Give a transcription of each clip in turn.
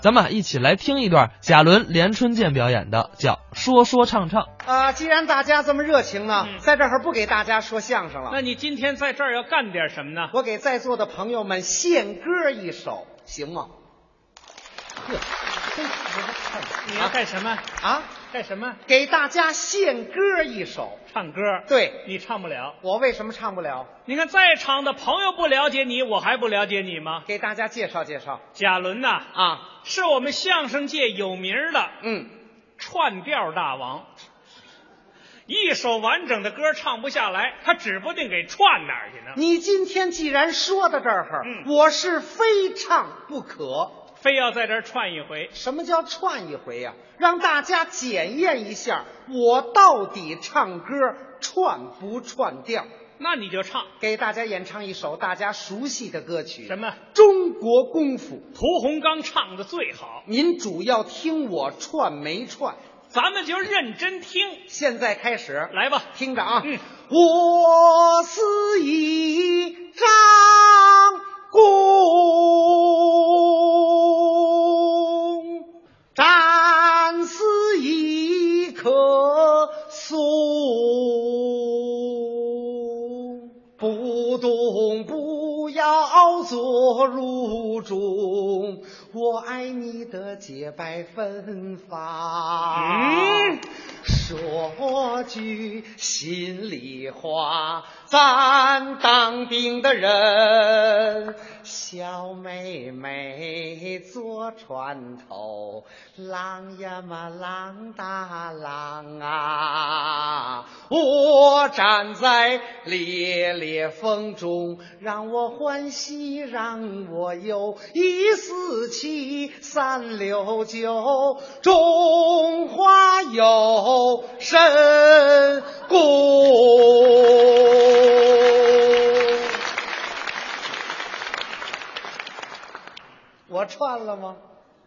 咱们一起来听一段贾伦、连春剑表演的，叫《说说唱唱》。 既然大家这么热情呢，在这儿不给大家说相声了。 那你今天在这儿要干点什么呢？ 我给在座的朋友们献歌一首，行吗？呵， 你要干什么啊？ 干什么？ 给大家献歌一首。 唱歌？ 对， 你唱不了。 我为什么唱不了？ 你看在场的朋友不了解你，我还不了解你吗？ 给大家介绍介绍。 贾伦呐，是我们相声界有名的串调大王。一首完整的歌唱不下来，他指不定给串哪儿去呢。 你今天既然说到这儿，我是非唱不可， 非要在这儿串一回。 什么叫串一回呀？让大家检验一下我到底唱歌串不串调。 那你就唱， 给大家演唱一首大家熟悉的歌曲。 什么？ 中国功夫。 屠洪刚唱的最好。 您主要听我串没串， 咱们就认真听。 现在开始， 来吧， 听着啊。我是一张弓，战是一棵松，不动不要做如钟，我爱你的洁白芬芳。说句心里话，咱当兵的人，小妹妹坐船头，浪呀嘛浪大浪啊！我站在烈烈风中，让我欢喜让我忧，147、369，中华有神功。我串了吗？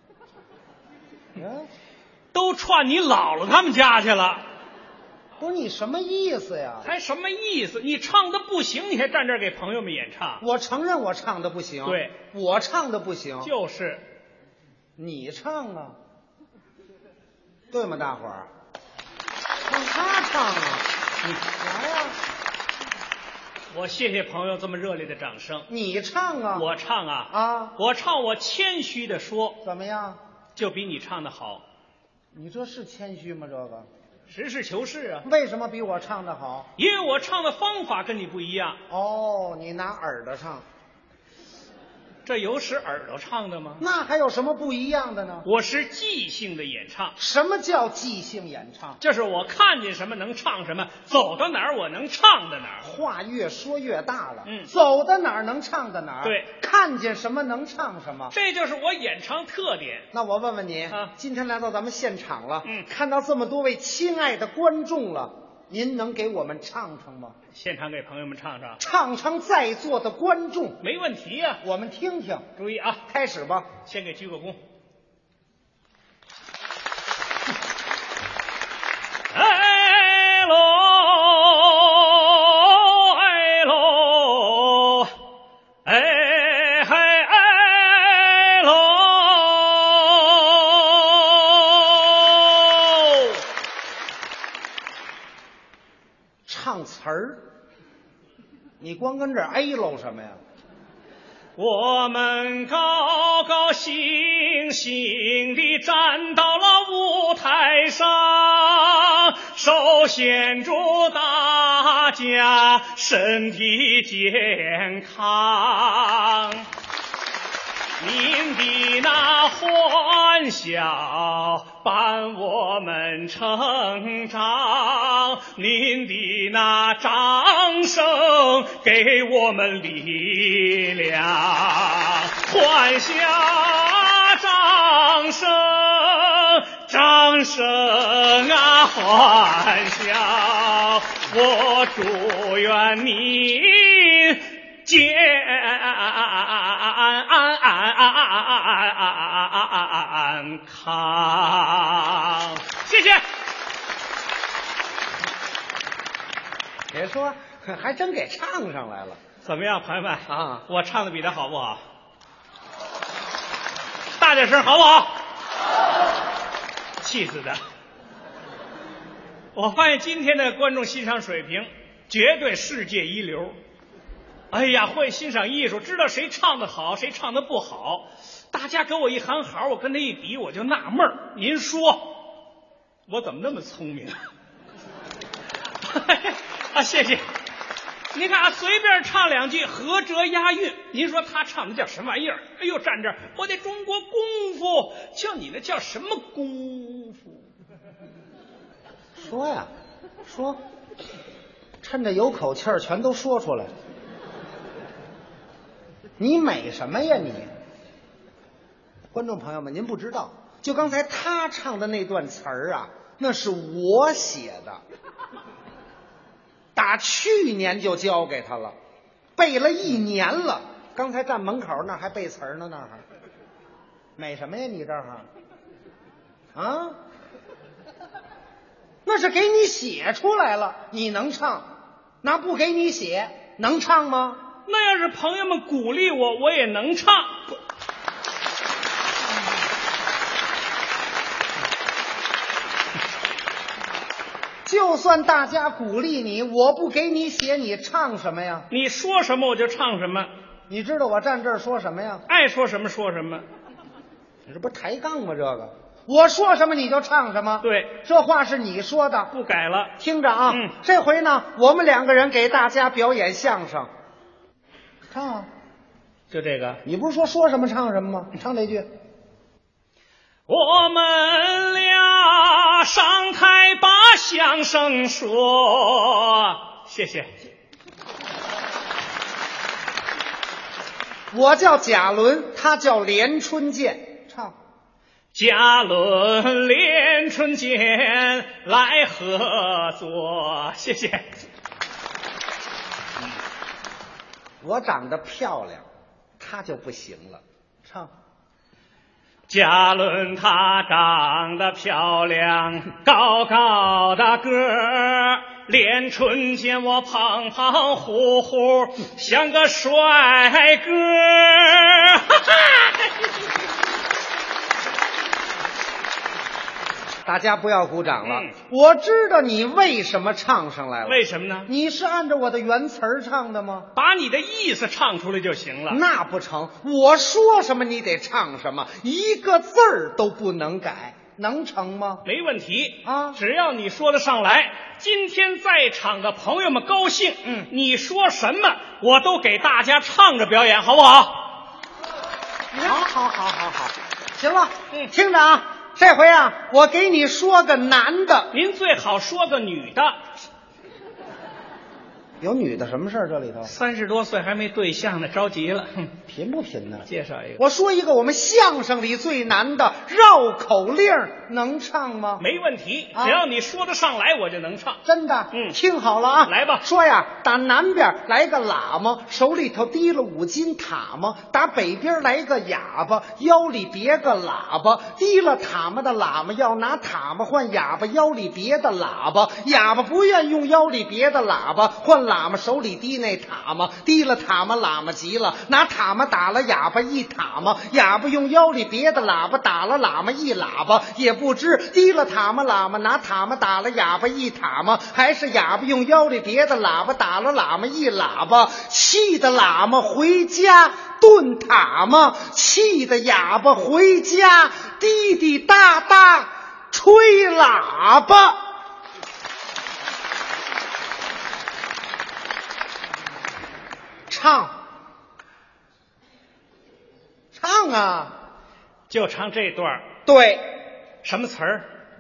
都串你姥姥他们家去了。 不是，你什么意思呀？ 还什么意思？你唱的不行，你还站这儿给朋友们演唱？ 我承认我唱的不行。 对， 我唱的不行。 就是你唱啊，对吗？大伙儿让他唱啊，你来呀！ 我谢谢朋友这么热烈的掌声。 你唱啊！ 我唱啊！我唱，我谦虚的说， 怎么样？ 就比你唱的好。 你这是谦虚吗？这个实事求是啊。 为什么比我唱的好？ 因为我唱的方法跟你不一样。 哦，你拿耳朵唱。 这有使耳朵唱的吗？ 那还有什么不一样的呢？ 我是即兴的演唱。 什么叫即兴演唱？ 就是我看见什么能唱什么，走到哪儿我能唱到哪儿。 话越说越大了。走到哪儿能唱到哪儿。 对， 看见什么能唱什么， 这就是我演唱特点。 那我问问你，今天来到咱们现场了，看到这么多位亲爱的观众了，您能给我们唱唱吗？ 现场给朋友们唱唱， 唱唱在座的观众， 没问题呀。 我们听听。 注意啊， 开始吧。 先给鞠个躬。哎喽，哎喽，哎嗨哎喽。 唱词儿，你光跟这儿哎喽什么呀？ 我们高高兴兴地站到了舞台上，首先祝大家身体健康。您的那欢笑伴我们成长，您的那掌声给我们力量。欢笑掌声，掌声啊欢笑，我祝愿您健康。谢谢。 别说，还真给唱上来了。 怎么样，朋友们啊？ 我唱的比他好不好？大大点声好不好？气死的！我发现今天的观众欣赏水平绝对世界一流。哎呀，会欣赏艺术，知道谁唱的好，谁唱的不好。大家给我一行好，我跟他一比，我就纳闷儿。您说，我怎么那么聪明啊？谢谢。你看啊，随便唱两句，合辙押韵。您说他唱的叫什么玩意儿？哎呦，站这儿，我得中国功夫，叫你那叫什么功夫？ 说呀，说，趁着有口气儿，全都说出来。你美什么呀你？观众朋友们，您不知道，就刚才他唱的那段词儿啊，那是我写的，打去年就交给他了，背了1年了。刚才站门口那还背词儿呢，那还美什么呀你这儿啊？那是给你写出来了，你能唱？那不给你写，能唱吗？ 那要是朋友们鼓励我，我也能唱。 就算大家鼓励你，我不给你写，你唱什么呀？ 你说什么我就唱什么。 你知道我站这儿说什么呀？ 爱说什么说什么。 你这不是抬杠吗？这个我说什么你就唱什么。 对， 这话是你说的， 不改了。 听着啊，这回呢，我们2个人给大家表演相声。唱啊， 就这个。 你不是说什么唱什么吗？唱这句。 我们俩上台把相声说。谢谢。 我叫贾伦，他叫连春剑。唱。 贾伦连春剑来合作。谢谢。 我长得漂亮，他就不行了。唱。 贾伦他长得漂亮，高高的个儿，连春剑我胖胖乎乎，像个帅哥。 大家不要鼓掌了。我知道你为什么唱上来了。 为什么呢？ 你是按照我的原词儿唱的吗？ 把你的意思唱出来就行了。 那不成，我说什么你得唱什么，一个字儿都不能改，能成吗？ 没问题啊， 只要你说得上来。今天在场的朋友们高兴，你说什么我都给大家唱着表演，好不好？ 好，行了，听着啊。这回啊，我给你说个男的， 您最好说个女的。 有女的什么事儿？这里头 30多岁还没对象呢，着急了。 贫不贫呢？ 介绍一个。 我说一个我们相声里最难的绕口令，能唱吗？ 没问题，只要你说得上来，我就能唱。 真的？听好了啊， 来吧。 说呀，打南边来个喇嘛，手里头提了5斤塔嘛；打北边来个哑巴，腰里别个喇叭。提了塔嘛的喇嘛要拿塔嘛换哑巴腰里别的喇叭，哑巴不愿用腰里别的喇叭换喇嘛手里提那塔嘛，提了塔嘛喇嘛急了，拿塔嘛打了哑巴一塔嘛，哑巴用腰里别的喇叭打了喇嘛一喇叭，也不知提了塔嘛喇嘛拿塔嘛打了哑巴一塔嘛，还是哑巴用腰里别的喇叭打了喇嘛一喇叭，气得喇嘛回家炖塔嘛，气得哑巴回家滴滴答答吹喇叭。唱啊， 就唱这段。 对， 什么词儿？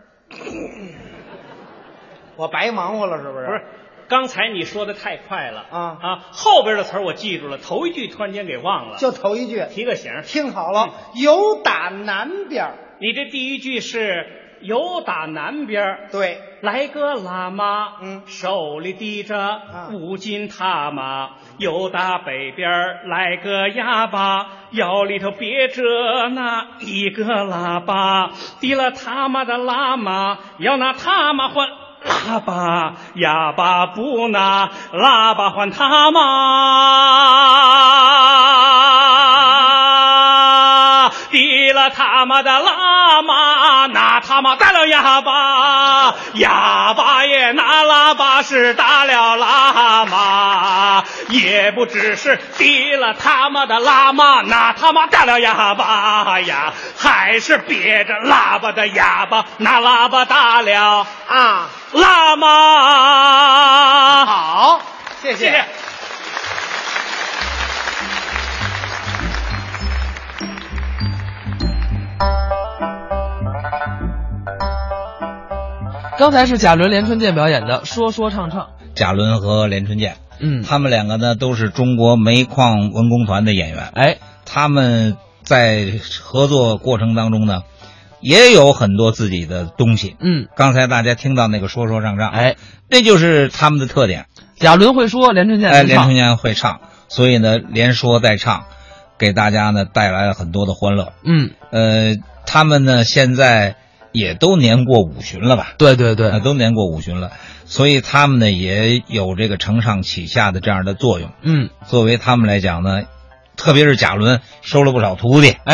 我白忙活了是不是？ 不是，刚才你说的太快了后边的词儿我记住了，头一句突然间给忘了。 就头一句， 提个醒。 听好了，有打南边。 你这第一句是有打南边， 对， 来个喇嘛，手里提着5斤塔嘛；有打北边来个哑巴，腰里头别着那一个喇叭。提了塔嘛的喇嘛要拿塔嘛换喇叭，哑巴不拿喇叭换塔嘛。提了了他妈的喇嘛，拿他妈打了哑巴，哑巴也拿喇叭是打了喇嘛，也不只是提了他妈的喇嘛，拿他妈打了哑巴呀，还是别着喇叭的哑巴，拿喇叭打了喇嘛。 好，谢谢。 刚才是贾伦、连春剑表演的说说唱唱。 贾伦和连春剑，他们两个呢都是中国煤矿文工团的演员。 哎， 他们在合作过程当中呢，也有很多自己的东西。刚才大家听到那个说说唱唱，哎，那就是他们的特点。 贾伦会说，连春剑连春剑会唱，所以呢，连说带唱，给大家呢带来了很多的欢乐。他们呢现在也都年过50了吧？ 对对对， 都年过50了，所以他们呢也有这个承上启下的这样的作用。作为他们来讲呢，特别是贾伦收了不少徒弟。